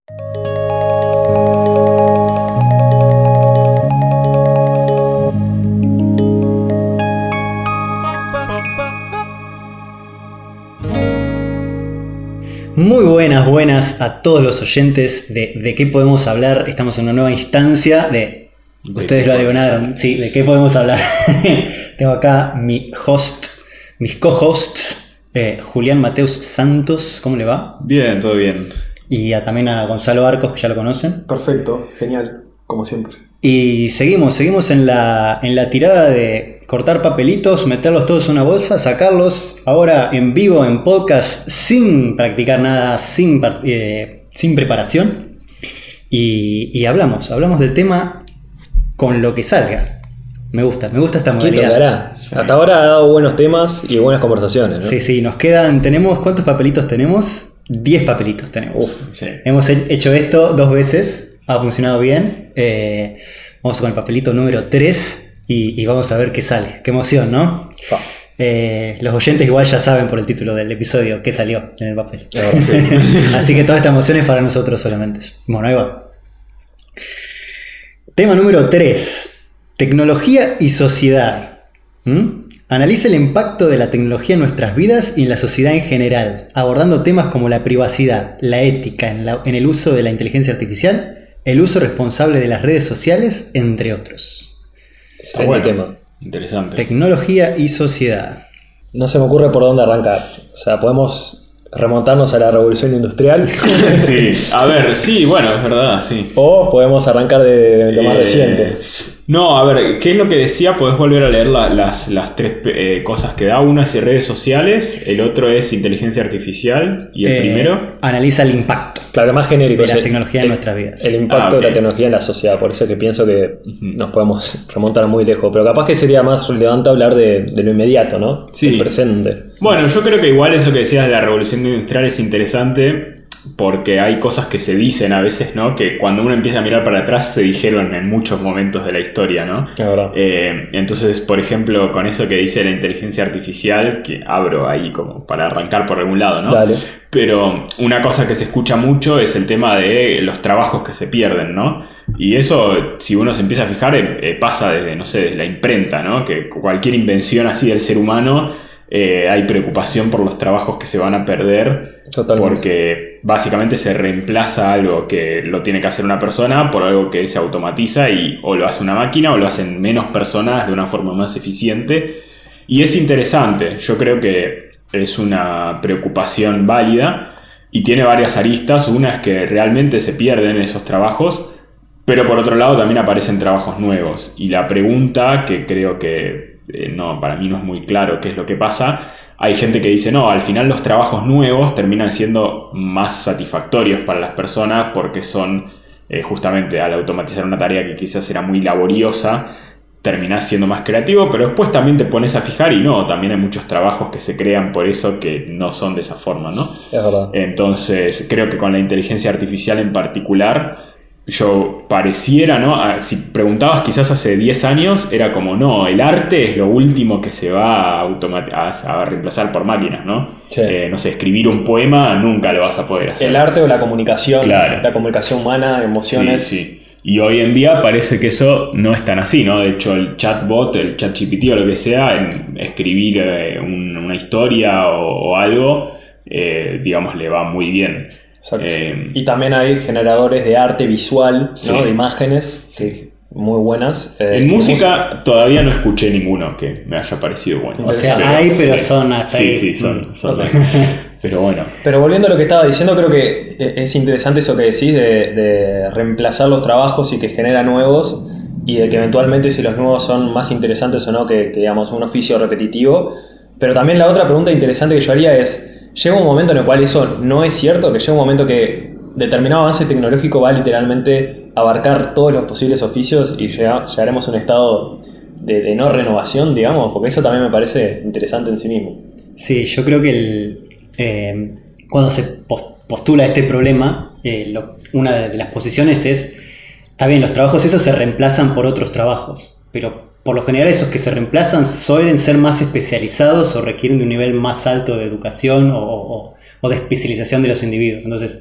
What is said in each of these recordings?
Muy buenas a todos los oyentes de qué podemos hablar. Estamos en una nueva instancia de... Ustedes lo adivinaron, sí, ¿de qué podemos hablar? Tengo acá mis co-hosts, Julián Mateus Santos, ¿cómo le va? Bien, todo bien. Y también a Gonzalo Arcos, que ya lo conocen. Perfecto, genial, como siempre. Y seguimos en la tirada de cortar papelitos, meterlos todos en una bolsa, sacarlos ahora en vivo, en podcast, sin practicar nada, sin preparación. Y hablamos del tema con lo que salga. Me gusta esta modalidad. Tocará? Sí. Hasta ahora ha dado buenos temas y buenas conversaciones, ¿no? Sí, nos quedan, ¿cuántos papelitos tenemos? 10 papelitos tenemos. Sí. Hemos hecho esto 2 veces, ha funcionado bien. Vamos con el papelito número 3 y vamos a ver qué sale. Qué emoción, ¿no? Los oyentes igual ya saben por el título del episodio qué salió en el papel. Sí. Así que toda esta emoción es para nosotros solamente. Bueno, ahí va. Tema número 3. Tecnología y sociedad. Analiza el impacto de la tecnología en nuestras vidas y en la sociedad en general, abordando temas como la privacidad, la ética en el uso de la inteligencia artificial, el uso responsable de las redes sociales, entre otros. Excelente tema. Interesante. Tecnología y sociedad. No se me ocurre por dónde arrancar. O sea, podemos remontarnos a la revolución industrial. Sí, a ver, sí, bueno, es verdad, sí. O podemos arrancar de lo más reciente. No, a ver, ¿qué es lo que decía? Podés volver a leer las 3 cosas que da. Uno es redes sociales, el otro es inteligencia artificial y el primero... Analiza el impacto. Claro, más genérico. De la tecnología en nuestras vidas. El impacto de la tecnología en la sociedad. Por eso que pienso que nos podemos remontar muy lejos. Pero capaz que sería más relevante hablar de lo inmediato, ¿no? Sí. El presente. Bueno, yo creo que igual eso que decías de la revolución industrial es interesante porque hay cosas que se dicen a veces, ¿no? Que cuando uno empieza a mirar para atrás se dijeron en muchos momentos de la historia, ¿no? Es verdad. Entonces, por ejemplo, con eso que dice la inteligencia artificial, que abro ahí como para arrancar por algún lado, ¿no? Dale. Pero una cosa que se escucha mucho es el tema de los trabajos que se pierden, ¿no? Y eso, si uno se empieza a fijar, pasa desde, no sé, desde la imprenta, ¿no? Que cualquier invención así del ser humano... hay preocupación por los trabajos que se van a perder. Totalmente. Porque básicamente se reemplaza algo que lo tiene que hacer una persona por algo que se automatiza y o lo hace una máquina o lo hacen menos personas de una forma más eficiente. Y es interesante, yo creo que es una preocupación válida y tiene varias aristas. Una es que realmente se pierden esos trabajos, pero por otro lado también aparecen trabajos nuevos. Y la pregunta que creo que no, para mí no es muy claro qué es lo que pasa. Hay gente que dice, no, al final los trabajos nuevos terminan siendo más satisfactorios para las personas porque son, justamente al automatizar una tarea que quizás era muy laboriosa, terminás siendo más creativo, pero después también te pones a fijar y no, también hay muchos trabajos que se crean por eso que no son de esa forma, ¿no? Es verdad. Entonces, creo que con la inteligencia artificial en particular... Yo pareciera, ¿no? Si preguntabas quizás hace 10 años, era como, no, el arte es lo último que se va a reemplazar por máquinas, ¿no? Sí. No sé, escribir un poema nunca lo vas a poder hacer. El arte o la comunicación, claro. La comunicación humana, emociones. Sí. Y hoy en día parece que eso no es tan así, ¿no? De hecho, el chatbot, el ChatGPT o lo que sea, en escribir una historia o algo, digamos, le va muy bien. Exacto. Y también hay generadores de arte visual, ¿no? Sí. De imágenes que muy buenas. En música todavía no escuché ninguno que me haya parecido bueno. O sea, pero son hasta ahí. Sí, son. Pero bueno. Pero volviendo a lo que estaba diciendo, creo que es interesante eso que decís de reemplazar los trabajos y que genera nuevos, y de que eventualmente si los nuevos son más interesantes o no que digamos, un oficio repetitivo. Pero también la otra pregunta interesante que yo haría es... Llega un momento en el cual eso no es cierto, que llega un momento que determinado avance tecnológico va literalmente a abarcar todos los posibles oficios y llegaremos a un estado de no renovación, digamos, porque eso también me parece interesante en sí mismo. Sí, yo creo que cuando se postula este problema, una de las posiciones es, está bien, los trabajos esos se reemplazan por otros trabajos, pero por lo general esos que se reemplazan suelen ser más especializados o requieren de un nivel más alto de educación o de especialización de los individuos. Entonces,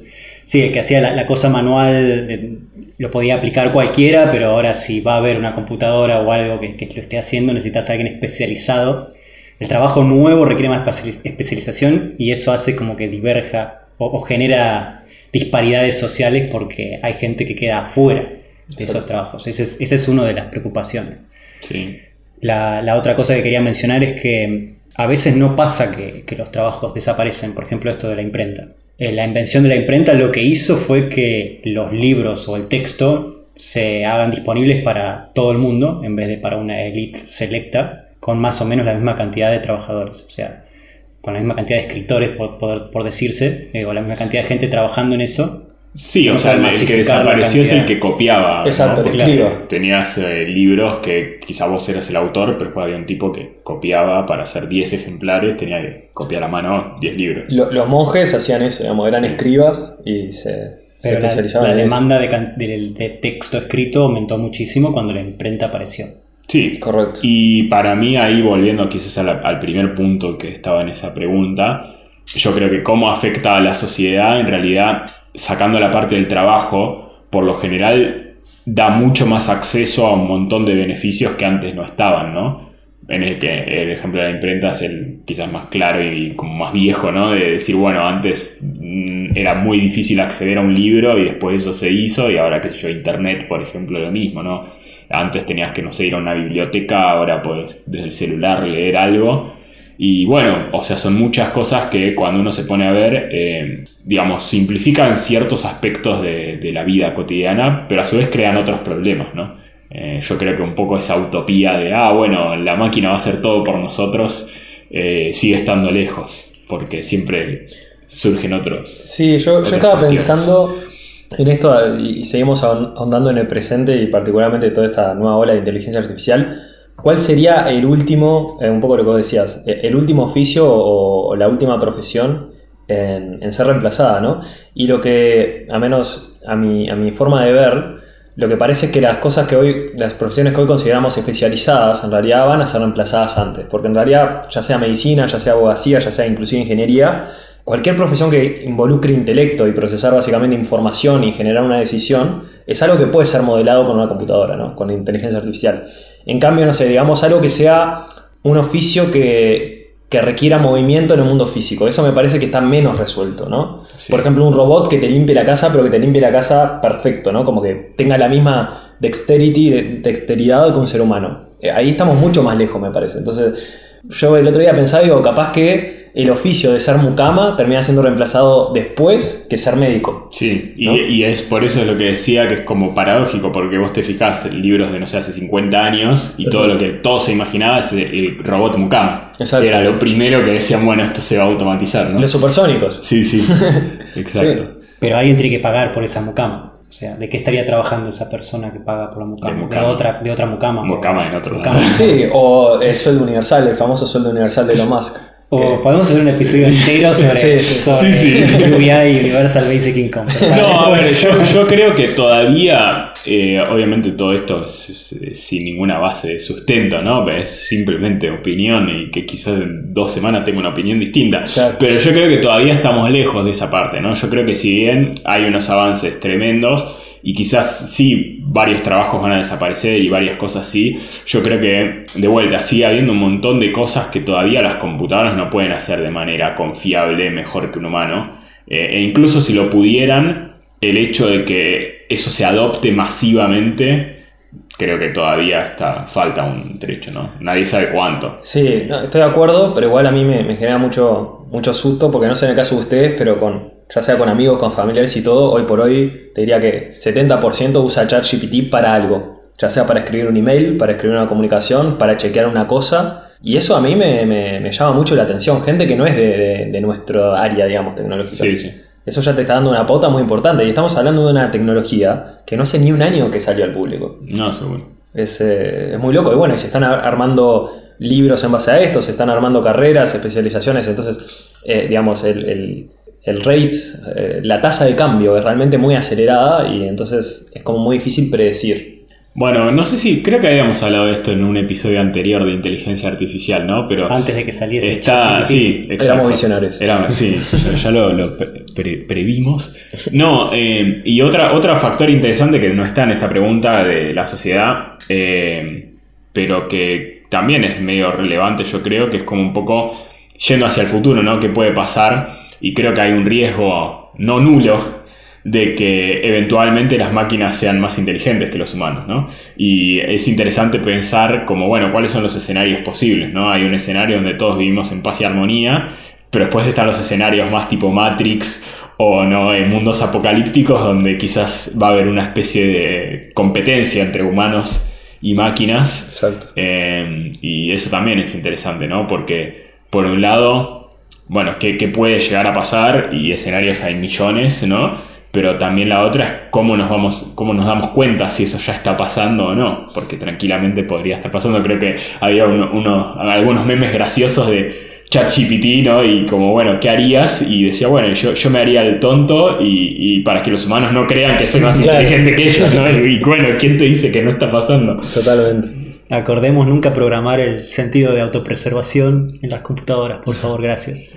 Sí, el que hacía la cosa manual lo podía aplicar cualquiera, pero ahora si va a haber una computadora o algo que lo esté haciendo, necesitas a alguien especializado. El trabajo nuevo requiere más especialización y eso hace como que diverja o genera disparidades sociales porque hay gente que queda afuera de esos trabajos. Esa es una de las preocupaciones. Sí. La otra cosa que quería mencionar es que a veces no pasa que los trabajos desaparecen. Por ejemplo, esto de la imprenta. La invención de la imprenta lo que hizo fue que los libros o el texto se hagan disponibles para todo el mundo en vez de para una élite selecta con más o menos la misma cantidad de trabajadores. O sea, con la misma cantidad de escritores, por decirse, o la misma cantidad de gente trabajando en eso. Sí, o sea, el que desapareció es el que copiaba. Exacto, ¿no? el escriba. Tenías libros que quizá vos eras el autor, pero después había un tipo que copiaba para hacer 10 ejemplares, tenía que copiar a mano 10 libros. Los monjes hacían eso, digamos, eran escribas y se especializaban en eso. La demanda de texto escrito aumentó muchísimo cuando la imprenta apareció. Sí, correcto. Y para mí, ahí volviendo quizás al primer punto que estaba en esa pregunta, yo creo que cómo afecta a la sociedad, en realidad, sacando la parte del trabajo, por lo general da mucho más acceso a un montón de beneficios que antes no estaban, ¿no? En el que el ejemplo de la imprenta es el quizás más claro y como más viejo, ¿no? De decir, bueno, antes era muy difícil acceder a un libro y después eso se hizo y ahora, qué sé yo, internet, por ejemplo, lo mismo, ¿no? Antes tenías que, no sé, ir a una biblioteca, ahora puedes desde el celular leer algo. Y bueno, o sea, son muchas cosas que cuando uno se pone a ver, digamos, simplifican ciertos aspectos de la vida cotidiana, pero a su vez crean otros problemas, ¿no? Yo creo que un poco esa utopía de, bueno, la máquina va a hacer todo por nosotros, sigue estando lejos, porque siempre surgen otros. Sí, yo estaba pensando en esto y seguimos ahondando en el presente y particularmente toda esta nueva ola de inteligencia artificial. ¿Cuál sería el último, un poco lo que vos decías, el último oficio o la última profesión en ser reemplazada, ¿no? Y lo que, a menos a mi forma de ver, lo que parece es que las profesiones que hoy consideramos especializadas, en realidad van a ser reemplazadas antes. Porque en realidad, ya sea medicina, ya sea abogacía, ya sea inclusive ingeniería, cualquier profesión que involucre intelecto y procesar básicamente información y generar una decisión, es algo que puede ser modelado con una computadora, ¿no? Con inteligencia artificial. En cambio, no sé, digamos algo que sea un oficio que requiera movimiento en el mundo físico. Eso me parece que está menos resuelto, ¿no? Sí. Por ejemplo, un robot que te limpie la casa, pero que te limpie la casa perfecto, ¿no? Como que tenga la misma dexteridad que un ser humano. Ahí estamos mucho más lejos, me parece. Entonces, yo el otro día pensaba, digo, capaz que el oficio de ser mucama termina siendo reemplazado después que ser médico. Sí, ¿no? Y es por eso es lo que decía, que es como paradójico, porque vos te fijás en libros de, no sé, hace 50 años y todo lo que todos se imaginaba es el robot mucama. Exacto. Era lo primero que decían, bueno, esto se va a automatizar, ¿no? Los supersónicos. Sí, exacto. Sí. Pero alguien tiene que pagar por esa mucama. O sea, ¿de qué estaría trabajando esa persona que paga por la mucama? De otra mucama. Mucama en otro lado. Sí, o el sueldo universal, el famoso sueldo universal de Elon Musk. O podemos hacer un episodio entero sobre UBI y Universal Basic Income. No, a ver, yo creo que todavía, obviamente todo esto es sin ninguna base de sustento, ¿no? Es simplemente opinión y que quizás en 2 semanas tenga una opinión distinta. Claro. Pero yo creo que todavía estamos lejos de esa parte, ¿no? Yo creo que si bien hay unos avances tremendos y quizás sí varios trabajos van a desaparecer y varias cosas sí, yo creo que de vuelta sigue habiendo un montón de cosas que todavía las computadoras no pueden hacer de manera confiable, mejor que un humano, e incluso si lo pudieran, el hecho de que eso se adopte masivamente, creo que todavía falta un trecho, ¿no? Nadie sabe cuánto. Sí, no, estoy de acuerdo, pero igual a mí me genera mucho susto, porque no sé en el caso de ustedes, pero ya sea con amigos, con familiares y todo, hoy por hoy te diría que 70% usa ChatGPT para algo, ya sea para escribir un email, para escribir una comunicación, para chequear una cosa, y eso a mí me llama mucho la atención, gente que no es de nuestra área, digamos, tecnológica. Sí. Eso ya te está dando una pauta muy importante, y estamos hablando de una tecnología que no hace ni un año que salió al público. No, seguro. Es muy loco, y bueno, y se están armando libros en base a esto, se están armando carreras, especializaciones, entonces, digamos, el rate, la tasa de cambio es realmente muy acelerada y entonces es como muy difícil predecir. Bueno, no sé si, creo que habíamos hablado de esto en un episodio anterior de inteligencia artificial, ¿no? Pero Antes de que saliese está, ChatGPT. sí, exacto. Éramos visionarios. Sí, ya lo previmos. No, y otro factor interesante que no está en esta pregunta de la sociedad, pero que también es medio relevante, yo creo, que es como un poco yendo hacia el futuro, ¿no? ¿Qué puede pasar? Y creo que hay un riesgo no nulo de que eventualmente las máquinas sean más inteligentes que los humanos, ¿no? Y es interesante pensar como, bueno, cuáles son los escenarios posibles, ¿no? Hay un escenario donde todos vivimos en paz y armonía, pero después están los escenarios más tipo Matrix o no, en mundos apocalípticos donde quizás va a haber una especie de competencia entre humanos y máquinas. Exacto. Y eso también es interesante, ¿no? Porque por un lado, bueno, ¿qué puede llegar a pasar? Y escenarios hay millones, ¿no? Pero también la otra es cómo nos damos cuenta si eso ya está pasando o no, porque tranquilamente podría estar pasando. Creo que había algunos memes graciosos de ChatGPT, ¿no? Y como, bueno, ¿qué harías? Y decía, bueno, yo me haría el tonto y para que los humanos no crean que soy más inteligente que ellos, ¿no? Y bueno, ¿quién te dice que no está pasando? Totalmente. Acordemos nunca programar el sentido de autopreservación en las computadoras, por favor, gracias.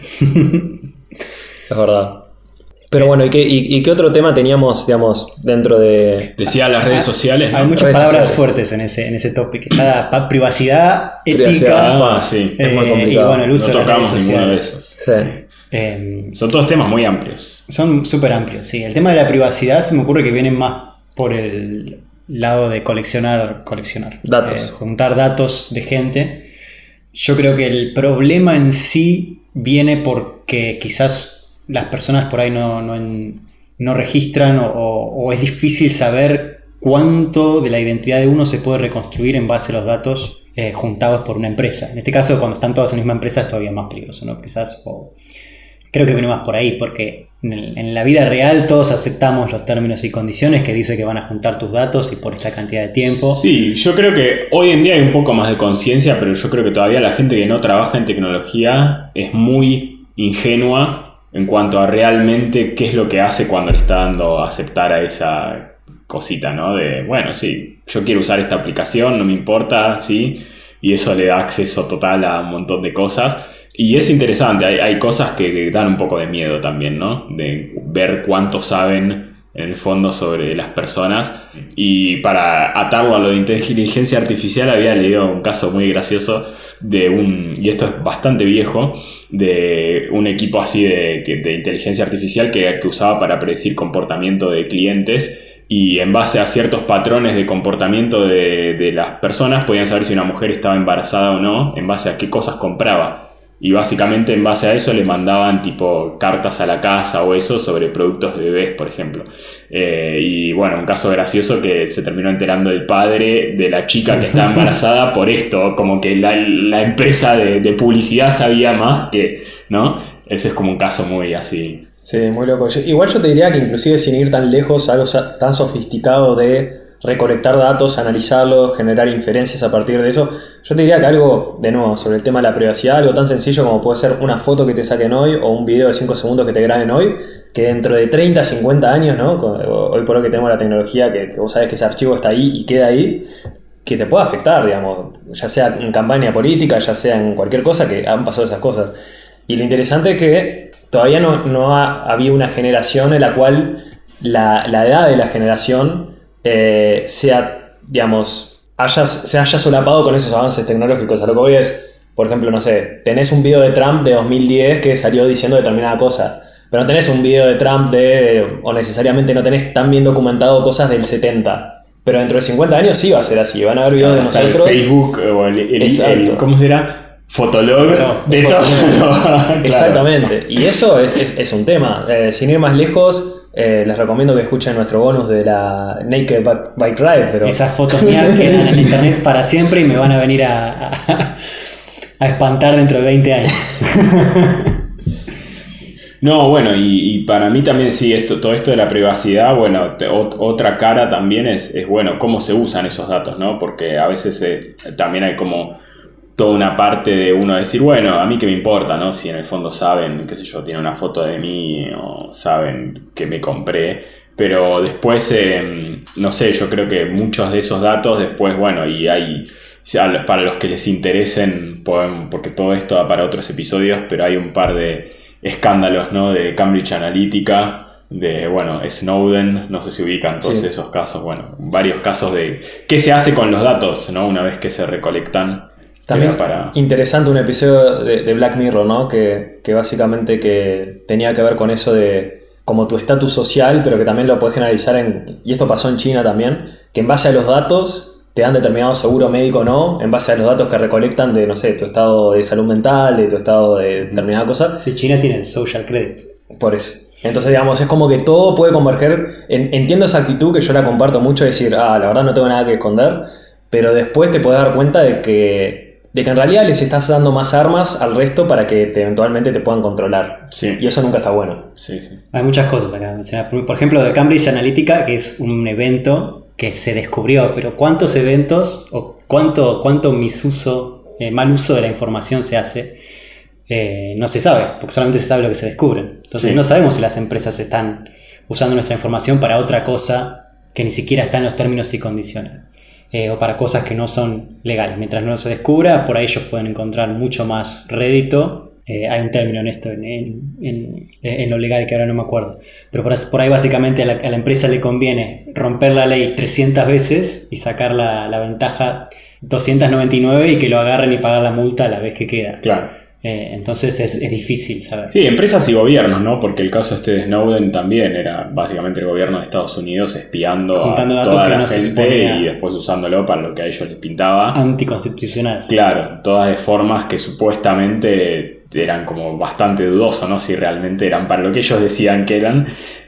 Es verdad. Pero bueno, ¿y qué otro tema teníamos, digamos, dentro de...? Decía las redes sociales, ¿no? Hay muchas Redes palabras sociales. fuertes en ese topic. Está privacidad, ética, Privacidad, sí. Es muy complicado. y bueno, el uso No de las redes tocamos ninguno de sociales. esos. Son todos temas muy amplios. Son súper amplios, sí. El tema de la privacidad se me ocurre que viene más por el lado de coleccionar Datos. juntar datos de gente. Yo creo que el problema en sí viene porque quizás las personas por ahí no registran o es difícil saber cuánto de la identidad de uno se puede reconstruir en base a los datos juntados por una empresa. En este caso, cuando están todos en la misma empresa es todavía más peligroso, ¿no? Quizás, creo que viene más por ahí, porque en la vida real todos aceptamos los términos y condiciones que dice que van a juntar tus datos y por esta cantidad de tiempo. Sí, yo creo que hoy en día hay un poco más de conciencia, pero yo creo que todavía la gente que no trabaja en tecnología es muy ingenua en cuanto a realmente qué es lo que hace cuando le está dando a aceptar a esa cosita, ¿no? De, bueno, sí, yo quiero usar esta aplicación, no me importa, sí, y eso le da acceso total a un montón de cosas. Y es interesante, hay cosas que dan un poco de miedo también, ¿no? De ver cuánto saben en el fondo sobre las personas. Y para atarlo a lo de inteligencia artificial había leído un caso muy gracioso y esto es bastante viejo, de un equipo así de inteligencia artificial que usaba para predecir comportamiento de clientes, y en base a ciertos patrones de comportamiento de las personas podían saber si una mujer estaba embarazada o no, en base a qué cosas compraba. Y básicamente en base a eso le mandaban tipo cartas a la casa o eso sobre productos de bebés, por ejemplo. Y bueno, un caso gracioso que se terminó enterando el padre de la chica que estaba embarazada por esto, como que la empresa de publicidad sabía más que, ¿no? Ese es como un caso muy así. Sí, muy loco. Igual yo te diría que inclusive sin ir tan lejos, algo tan sofisticado de recolectar datos, analizarlos, generar inferencias a partir de eso. Yo te diría que algo, de nuevo, sobre el tema de la privacidad, algo tan sencillo como puede ser una foto que te saquen hoy o un video de 5 segundos que te graben hoy, que dentro de 30, 50 años, ¿no? Hoy por hoy que tenemos la tecnología, que vos sabés que ese archivo está ahí y queda ahí, que te puede afectar, digamos, ya sea en campaña política, ya sea en cualquier cosa, que han pasado esas cosas. Y lo interesante es que todavía no había una generación en la cual la edad de la generación sea, digamos, se haya solapado con esos avances tecnológicos. A lo que voy es, por ejemplo, no sé, tenés un video de Trump de 2010 que salió diciendo determinada cosa, pero no tenés un video de Trump o necesariamente no tenés tan bien documentado cosas del 70. Pero dentro de 50 años sí va a ser así, van a haber videos de nosotros. El Facebook o el ¿cómo será? Fotolog de todo. Claro. Exactamente, y eso es un tema. Sin ir más lejos, les recomiendo que escuchen nuestro bonus de la Naked Bike Ride. Pero... esas fotos mías quedan en internet para siempre y me van a venir a espantar dentro de 20 años. No, bueno, y para mí también sí, todo esto de la privacidad, bueno, otra cara también es bueno, cómo se usan esos datos, ¿no? Porque a veces también hay como toda una parte de uno decir, bueno, a mí qué me importa, ¿no? Si en el fondo saben, qué sé yo, tienen una foto de mí o saben que me compré, pero después no sé, yo creo que muchos de esos datos después, bueno, y hay, para los que les interesen, porque todo esto da para otros episodios, pero hay un par de escándalos, ¿no? De Cambridge Analytica, de, bueno, Snowden, no sé si ubican todos esos casos, bueno, varios casos de qué se hace con los datos, ¿no? Una vez que se recolectan. También interesante un episodio de Black Mirror, ¿no? Que básicamente que tenía que ver con eso de como tu estatus social, pero que también lo puedes generalizar y esto pasó en China también, que en base a los datos te dan determinado seguro médico o no, en base a los datos que recolectan de, no sé, tu estado de salud mental, de tu estado de determinada cosa. Sí, China tiene el social credit. Por eso. Entonces, digamos, es como que todo puede converger. Entiendo esa actitud que yo la comparto mucho, de decir, la verdad no tengo nada que esconder, pero después te puedes dar cuenta de que en realidad les estás dando más armas al resto para que eventualmente te puedan controlar. Sí. Y eso nunca está bueno. Sí, sí. Hay muchas cosas acá. O sea, por ejemplo, de Cambridge Analytica, que es un evento que se descubrió, pero ¿cuántos eventos o cuánto misuso, mal uso de la información se hace? No se sabe, porque solamente se sabe lo que se descubre. Entonces no sabemos si las empresas están usando nuestra información para otra cosa que ni siquiera está en los términos y condiciones. O para cosas que no son legales. Mientras no se descubra, por ahí ellos pueden encontrar mucho más rédito. Hay un término en esto, en lo legal, que ahora no me acuerdo. Pero por ahí básicamente a la empresa le conviene romper la ley 300 veces y sacar la ventaja 299 y que lo agarren y pagar la multa a la vez que queda. Claro. Entonces es difícil saber. Sí, empresas y gobiernos, ¿no? Porque el caso de Snowden también era básicamente el gobierno de Estados Unidos espiando juntando a datos toda que la no gente y después usándolo para lo que a ellos les pintaba. Anticonstitucional. Claro, todas de formas que supuestamente eran como bastante dudoso, ¿no? Si realmente eran para lo que ellos decían que eran.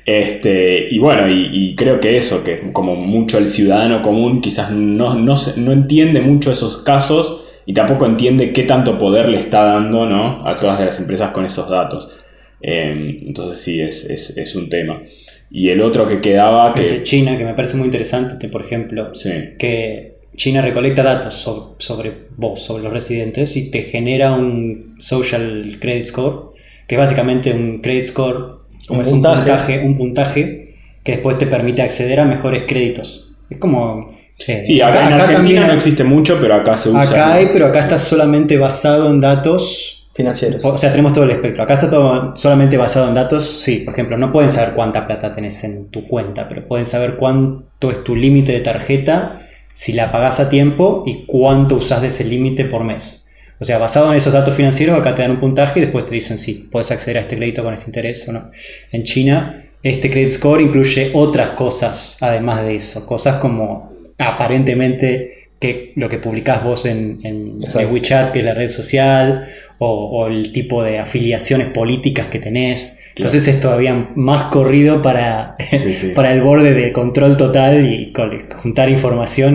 Y bueno, y creo que eso, que como mucho el ciudadano común quizás no entiende mucho esos casos. Y tampoco entiende qué tanto poder le está dando, ¿no? A todas las empresas con esos datos. Entonces sí, es un tema. Y el otro que quedaba... El de China, que me parece muy interesante, por ejemplo, que China recolecta datos sobre vos, sobre los residentes, y te genera un Social Credit Score, que es básicamente un credit score, un puntaje que después te permite acceder a mejores créditos. Es como... Sí, acá en Argentina no existe mucho, pero acá se usa. Acá hay, pero acá está solamente basado en datos financieros. O sea, tenemos todo el espectro. Acá está todo solamente basado en datos. Sí, por ejemplo, no pueden saber cuánta plata tenés en tu cuenta, pero pueden saber cuánto es tu límite de tarjeta, si la pagás a tiempo y cuánto usás de ese límite por mes. O sea, basado en esos datos financieros, acá te dan un puntaje y después te dicen sí, puedes acceder a este crédito con este interés o no. En China, este credit score incluye otras cosas, además de eso. Cosas como aparentemente que lo que publicás vos en WeChat, que es la red social, o el tipo de afiliaciones políticas que tenés. Entonces es todavía más corrido para el borde de control total y juntar información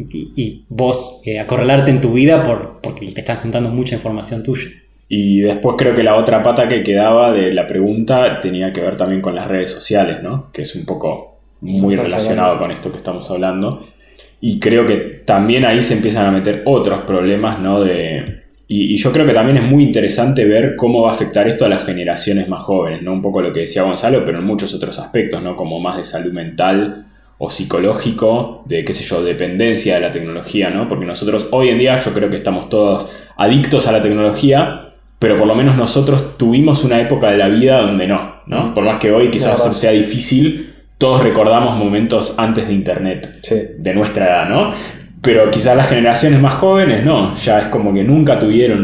y vos acorralarte en tu vida porque te están juntando mucha información tuya. Y después creo que la otra pata que quedaba de la pregunta tenía que ver también con las redes sociales, ¿no? Que es un poco muy relacionado con esto que estamos hablando. Y creo que también ahí se empiezan a meter otros problemas, ¿no? Y yo creo que también es muy interesante ver cómo va a afectar esto a las generaciones más jóvenes, ¿no? Un poco lo que decía Gonzalo, pero en muchos otros aspectos, ¿no? Como más de salud mental o psicológico, de, qué sé yo, dependencia de la tecnología, ¿no? Porque nosotros hoy en día yo creo que estamos todos adictos a la tecnología, pero por lo menos nosotros tuvimos una época de la vida donde no. Por más que hoy quizás sea difícil, todos recordamos momentos antes de internet, de nuestra edad, ¿no? Pero quizás las generaciones más jóvenes no, ya es como que nunca tuvieron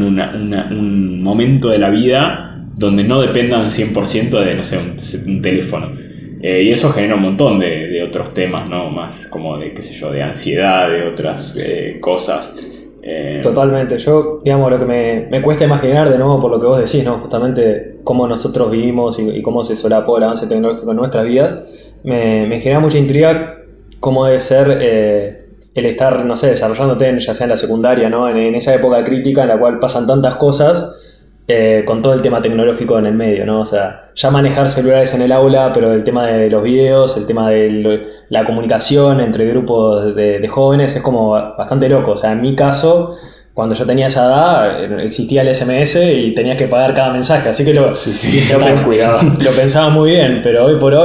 un momento de la vida donde no dependan 100% de, no sé, un teléfono. Y eso genera un montón de otros temas, ¿no? Más como de, qué sé yo, de ansiedad, de otras cosas. Totalmente. Yo, digamos, lo que me cuesta imaginar, de nuevo por lo que vos decís, ¿no? Justamente cómo nosotros vivimos y cómo se solapó el avance tecnológico en nuestras vidas, me genera mucha intriga cómo debe ser el estar, no sé, desarrollándote ya sea en la secundaria, ¿no? En esa época crítica en la cual pasan tantas cosas con todo el tema tecnológico en el medio, ¿no? O sea, ya manejar celulares en el aula, pero el tema de los videos, el tema de la comunicación entre grupos de jóvenes es como bastante loco. O sea, en mi caso, cuando yo tenía esa edad, existía el SMS y tenías que pagar cada mensaje, así que cuidado. Lo pensaba muy bien, pero hoy por hoy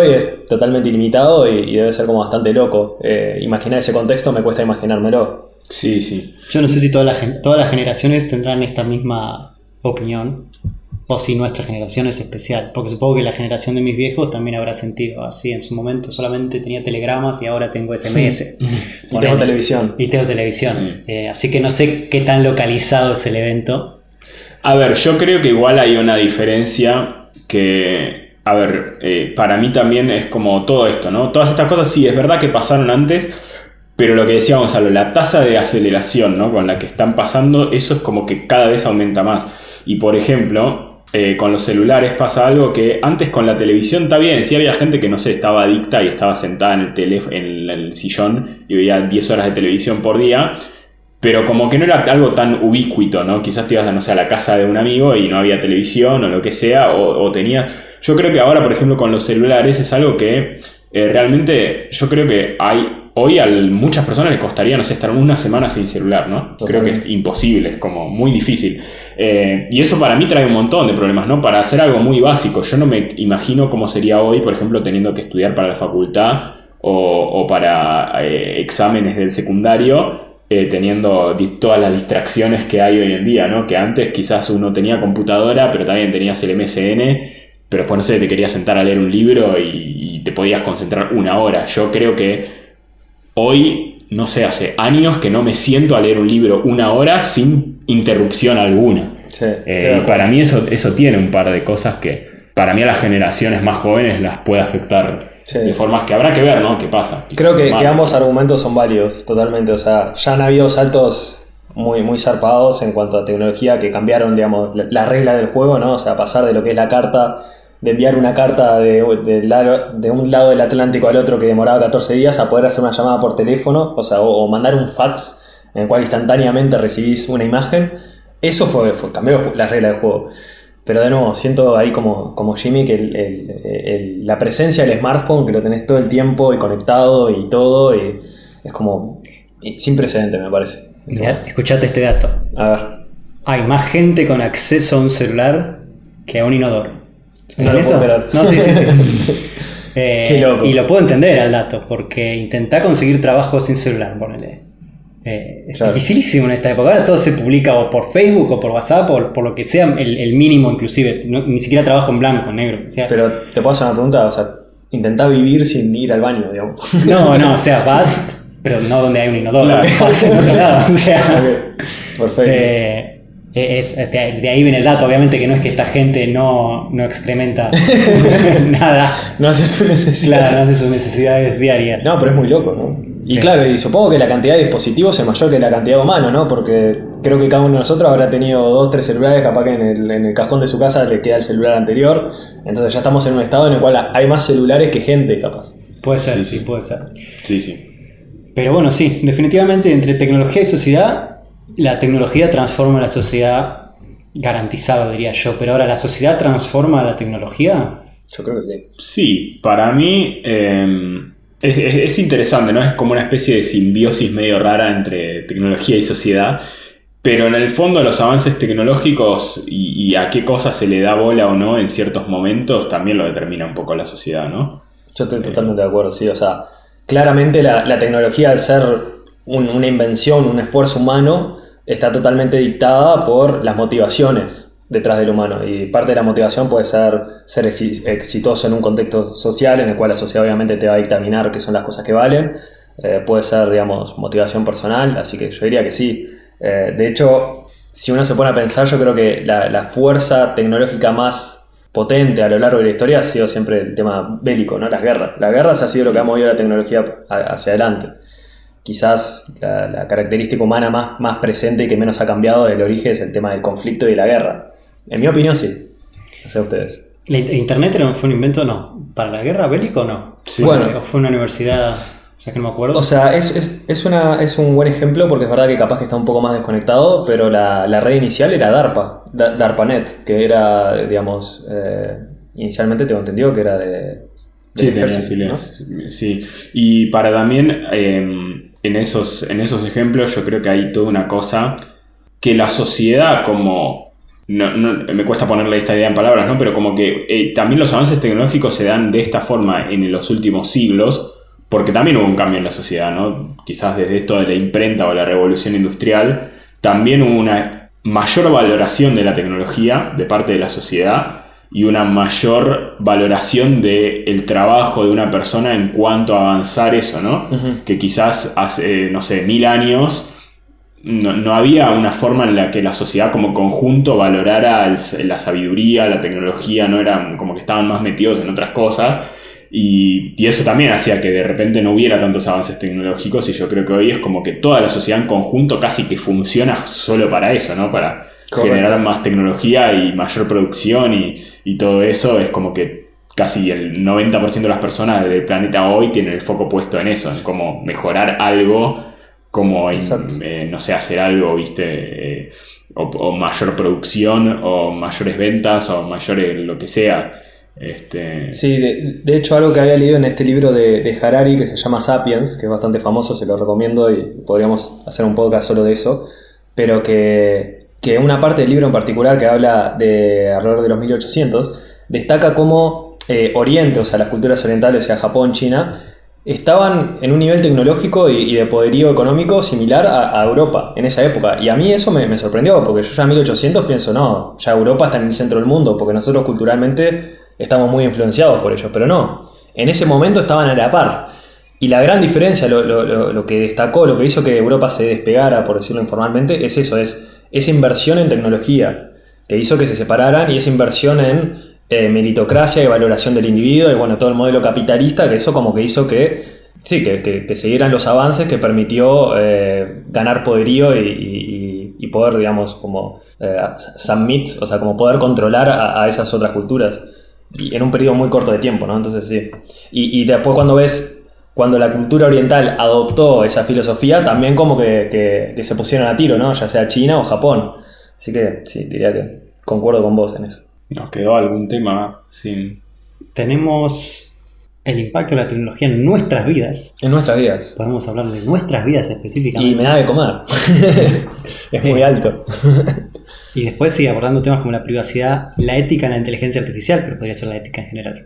totalmente ilimitado y debe ser como bastante loco. Imaginar ese contexto me cuesta imaginármelo. Sí, sí. Yo no sé si todas las generaciones tendrán esta misma opinión o si nuestra generación es especial, porque supongo que la generación de mis viejos también habrá sentido así. En su momento solamente tenía telegramas y ahora tengo SMS. Y tengo televisión. Y tengo televisión. Así que no sé qué tan localizado es el evento. A ver, yo creo que igual hay una diferencia que, a ver, para mí también es como todo esto, ¿no? Todas estas cosas sí, es verdad que pasaron antes, pero lo que decía Gonzalo, la tasa de aceleración, ¿no?, con la que están pasando, eso es como que cada vez aumenta más. Y por ejemplo, con los celulares pasa algo que antes con la televisión está bien, sí había gente que, no sé, estaba adicta y estaba sentada en el sillón y veía 10 horas de televisión por día, pero como que no era algo tan ubicuito, ¿no? Quizás te ibas, no sé, a la casa de un amigo y no había televisión o lo que sea, o tenías... Yo creo que ahora, por ejemplo, con los celulares es algo que realmente yo creo que hoy a muchas personas les costaría, no sé, estar una semana sin celular, ¿no? Totalmente. Creo que es imposible, es como muy difícil. Y eso para mí trae un montón de problemas, ¿no? Para hacer algo muy básico, yo no me imagino cómo sería hoy, por ejemplo, teniendo que estudiar para la facultad o para exámenes del secundario, teniendo todas las distracciones que hay hoy en día, ¿no? Que antes quizás uno tenía computadora, pero también tenías el MSN, pero después, no sé, te querías sentar a leer un libro y te podías concentrar una hora. Yo creo que hoy, no sé, hace años que no me siento a leer un libro una hora sin interrupción alguna. Sí, Y para mí eso tiene un par de cosas que para mí a las generaciones más jóvenes las puede afectar de formas que habrá que ver, ¿no? ¿Qué pasa? Creo que ambos argumentos son válidos, totalmente. O sea, ya han habido saltos muy, muy zarpados en cuanto a tecnología que cambiaron, digamos, la regla del juego, ¿no? O sea, pasar de lo que es la carta, de enviar una carta de un lado del Atlántico al otro que demoraba 14 días a poder hacer una llamada por teléfono, o sea, o mandar un fax en el cual instantáneamente recibís una imagen. Eso cambió la regla del juego. Pero de nuevo, siento ahí como Jimmy que la presencia del smartphone, que lo tenés todo el tiempo y conectado y todo, y es como sin precedente, me parece. Mirá, escuchate este dato. A ver. Hay más gente con acceso a un celular que a un inodoro. No lo ¿Eso? puedo esperar. No, sí. Qué loco. Y lo puedo entender al dato, porque intentá conseguir trabajo sin celular, ponele. Es Claro. dificilísimo en esta época. Ahora todo se publica o por Facebook o por WhatsApp o por lo que sea, el mínimo inclusive. Ni siquiera trabajo en blanco, en negro. O sea, Pero te puedo hacer una pregunta, o sea, intentá vivir sin ir al baño, digamos. no, o sea, vas, pero no donde hay un inodoro, Claro. vas en otro lado. O sea, Ok, perfecto. de ahí viene el dato, obviamente que no es que esta gente no excrementa nada. No hace su necesidad. Claro, no hace sus necesidades diarias. No, pero es muy loco, ¿no? Y Sí. claro, y supongo que la cantidad de dispositivos es mayor que la cantidad de humanos, ¿no? Porque creo que cada uno de nosotros habrá tenido 2, 3 celulares, capaz que en el cajón de su casa le queda el celular anterior. Entonces ya estamos en un estado en el cual hay más celulares que gente, capaz. Puede ser, Sí. sí, puede ser. Sí. Pero bueno, sí, definitivamente entre tecnología y sociedad, la tecnología transforma la sociedad, garantizado diría yo, pero ahora la sociedad transforma la tecnología. Yo creo que sí. Sí, para mí es interesante, ¿no? Es como una especie de simbiosis medio rara entre tecnología y sociedad, pero en el fondo los avances tecnológicos y a qué cosas se le da bola o no en ciertos momentos también lo determina un poco la sociedad, ¿no? Yo estoy totalmente de acuerdo, sí. O sea, claramente la tecnología, al ser una invención, un esfuerzo humano, está totalmente dictada por las motivaciones detrás del humano. Y parte de la motivación puede ser exitoso en un contexto social en el cual la sociedad obviamente te va a dictaminar qué son las cosas que valen. Puede ser, digamos, motivación personal, así que yo diría que sí. De hecho, si uno se pone a pensar, yo creo que la fuerza tecnológica más potente a lo largo de la historia ha sido siempre el tema bélico, ¿no? Las guerras. Las guerras ha sido lo que ha movido la tecnología hacia adelante. Quizás la característica humana más presente y que menos ha cambiado del origen es el tema del conflicto y de la guerra. En mi opinión, sí. No sé ustedes. ¿Internet fue un invento? No. ¿Para la guerra bélico no? Sí. Bueno. ¿O fue una universidad? O sea que no me acuerdo. O sea, es un buen ejemplo porque es verdad que capaz que está un poco más desconectado, pero la red inicial era DARPA, DARPANET, que era, digamos, inicialmente tengo entendido que era del tenía ejército, filas, ¿no? Sí. Y para también en esos ejemplos yo creo que hay toda una cosa que la sociedad como me cuesta ponerle esta idea en palabras, ¿no? Pero como que también los avances tecnológicos se dan de esta forma en los últimos siglos, porque también hubo un cambio en la sociedad, ¿no? Quizás desde esto de la imprenta o la revolución industrial, también hubo una mayor valoración de la tecnología de parte de la sociedad y una mayor valoración del trabajo de una persona en cuanto a avanzar eso, ¿no? Uh-huh. Que quizás hace, no sé, 1000 años no había una forma en la que la sociedad como conjunto valorara la sabiduría, la tecnología, no eran como que estaban más metidos en otras cosas. Y eso también hacía que de repente no hubiera tantos avances tecnológicos, y yo creo que hoy es como que toda la sociedad en conjunto casi que funciona solo para eso, ¿no? Para generar más tecnología y mayor producción y todo eso. Es como que casi el 90% de las personas del planeta hoy tienen el foco puesto en eso, en cómo mejorar algo, como no sé, hacer algo, ¿viste? O mayor producción, o mayores ventas, o mayores lo que sea. Sí, de hecho algo que había leído en este libro de Harari que se llama Sapiens, que es bastante famoso, se lo recomiendo y podríamos hacer un podcast solo de eso, pero que una parte del libro en particular que habla de alrededor de los 1800 destaca cómo Oriente, o sea las culturas orientales, o sea Japón, China, estaban en un nivel tecnológico y de poderío económico similar a Europa en esa época. Y a mí eso me sorprendió, porque yo ya en 1800 pienso, no, ya Europa está en el centro del mundo, porque nosotros culturalmente estamos muy influenciados por ellos, pero no, en ese momento estaban a la par. Y la gran diferencia, lo que destacó, lo que hizo que Europa se despegara, por decirlo informalmente, es eso, es esa inversión en tecnología, que hizo que se separaran, y esa inversión en meritocracia y valoración del individuo, y bueno, todo el modelo capitalista, que eso como que hizo que siguieran los avances, que permitió ganar poderío y poder, digamos, como submit, o sea, como poder controlar a esas otras culturas. Y en un periodo muy corto de tiempo, ¿no? Entonces sí. Y después cuando la cultura oriental adoptó esa filosofía, también como que se pusieron a tiro, ¿no? Ya sea China o Japón. Así que sí, diría que concuerdo con vos en eso. ¿Nos quedó algún tema sin...? Tenemos el impacto de la tecnología en nuestras vidas. En nuestras vidas. Podemos hablar de nuestras vidas específicamente. Y me da de comer. Es muy alto. Y después sigue abordando temas como la privacidad, la ética en la inteligencia artificial, pero podría ser la ética en general.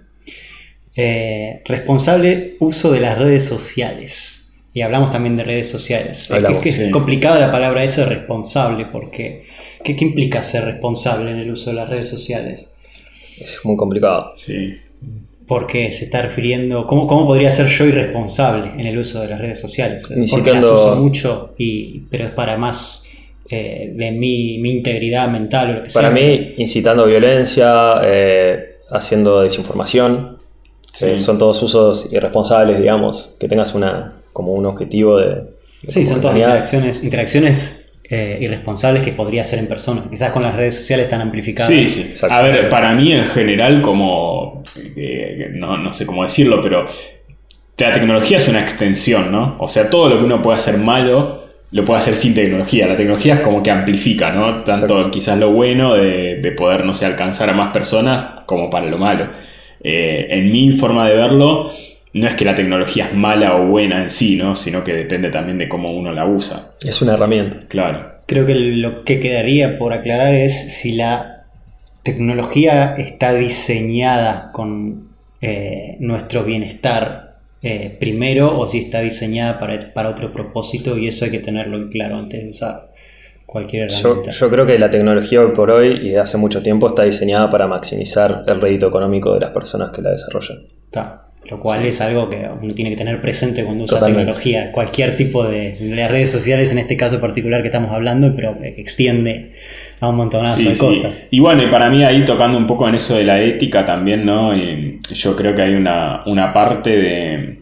Responsable uso de las redes sociales. Y hablamos también de redes sociales. Es complicada la palabra esa de responsable, porque ¿qué implica ser responsable en el uso de las redes sociales? Es muy complicado. Sí. Porque se está refiriendo... ¿Cómo podría ser yo irresponsable en el uso de las redes sociales? Porque las uso mucho, pero es para más... de mi integridad mental o lo que sea. Para mí, incitando violencia, haciendo desinformación, son todos usos irresponsables, digamos, que tengas como un objetivo de sí, son todas interacciones irresponsables que podría hacer en persona. Quizás con las redes sociales tan amplificadas. Sí. A ver, para mí en general, como no sé cómo decirlo, pero la tecnología es una extensión, ¿no? O sea, todo lo que uno puede hacer malo lo puede hacer sin tecnología. La tecnología es como que amplifica, ¿no? Tanto quizás lo bueno de poder, no sé, alcanzar a más personas, como para lo malo. En mi forma de verlo, no es que la tecnología es mala o buena en sí, ¿no? Sino que depende también de cómo uno la usa. Es una herramienta. Claro. Creo que lo que quedaría por aclarar es si la tecnología está diseñada con nuestro bienestar primero, o si está diseñada para otro propósito, y eso hay que tenerlo en claro antes de usar cualquier herramienta. Yo creo que la tecnología hoy por hoy y de hace mucho tiempo está diseñada para maximizar el rédito económico de las personas que la desarrollan. Lo cual es algo que uno tiene que tener presente cuando usa tecnología. Cualquier tipo de las redes sociales, en este caso particular que estamos hablando, pero extiende a un montonazo de cosas. Y bueno, y para mí ahí tocando un poco en eso de la ética también, ¿no? Y yo creo que hay una parte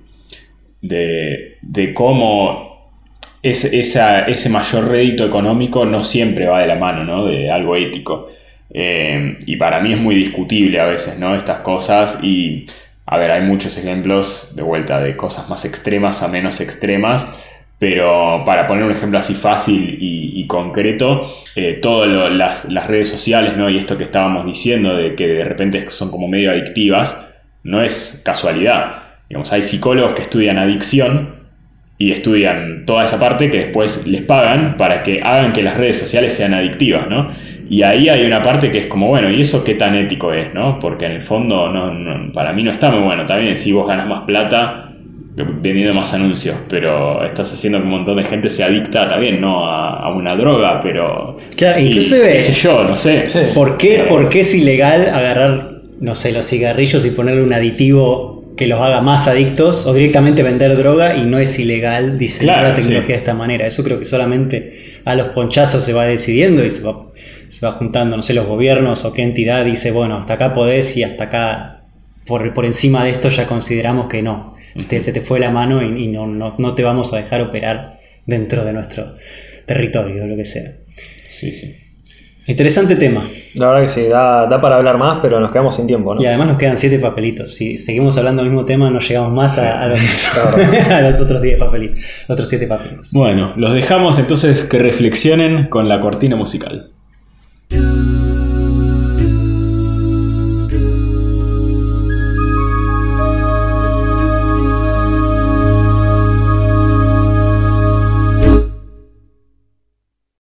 de cómo ese mayor rédito económico no siempre va de la mano, ¿no? De algo ético. Y para mí es muy discutible a veces, ¿no? Estas cosas. Y a ver, hay muchos ejemplos de vuelta de cosas más extremas a menos extremas, pero para poner un ejemplo así fácil y concreto, todas las redes sociales, ¿no? Y esto que estábamos diciendo de que de repente son como medio adictivas, no es casualidad. Digamos, hay psicólogos que estudian adicción y estudian toda esa parte que después les pagan para que hagan que las redes sociales sean adictivas, ¿no? Y ahí hay una parte que es como, bueno, ¿y eso qué tan ético es, no? Porque en el fondo para mí no está muy bueno. También si vos ganas más plata vendiendo más anuncios, pero estás haciendo que un montón de gente se adicta también, no a una droga, pero... Claro, inclusive... qué sé yo, no sé. Sí. ¿Por qué es ilegal agarrar, no sé, los cigarrillos y ponerle un aditivo que los haga más adictos, o directamente vender droga y no es ilegal diseñar Claro, la tecnología sí. de esta manera? Eso creo que solamente a los ponchazos se va decidiendo y se va juntando, no sé, los gobiernos o qué entidad dice, bueno, hasta acá podés y hasta acá, por encima de esto ya consideramos que no. Se te fue la mano y no te vamos a dejar operar dentro de nuestro territorio o lo que sea. Sí, sí. Interesante tema. La verdad que sí, da para hablar más, pero nos quedamos sin tiempo, ¿no? Y además nos quedan 7 papelitos. Si seguimos hablando del mismo tema, no llegamos más a los, Claro. a los otros 10 papelitos. Los otros 7 papelitos. Bueno, los dejamos entonces que reflexionen con la cortina musical. Do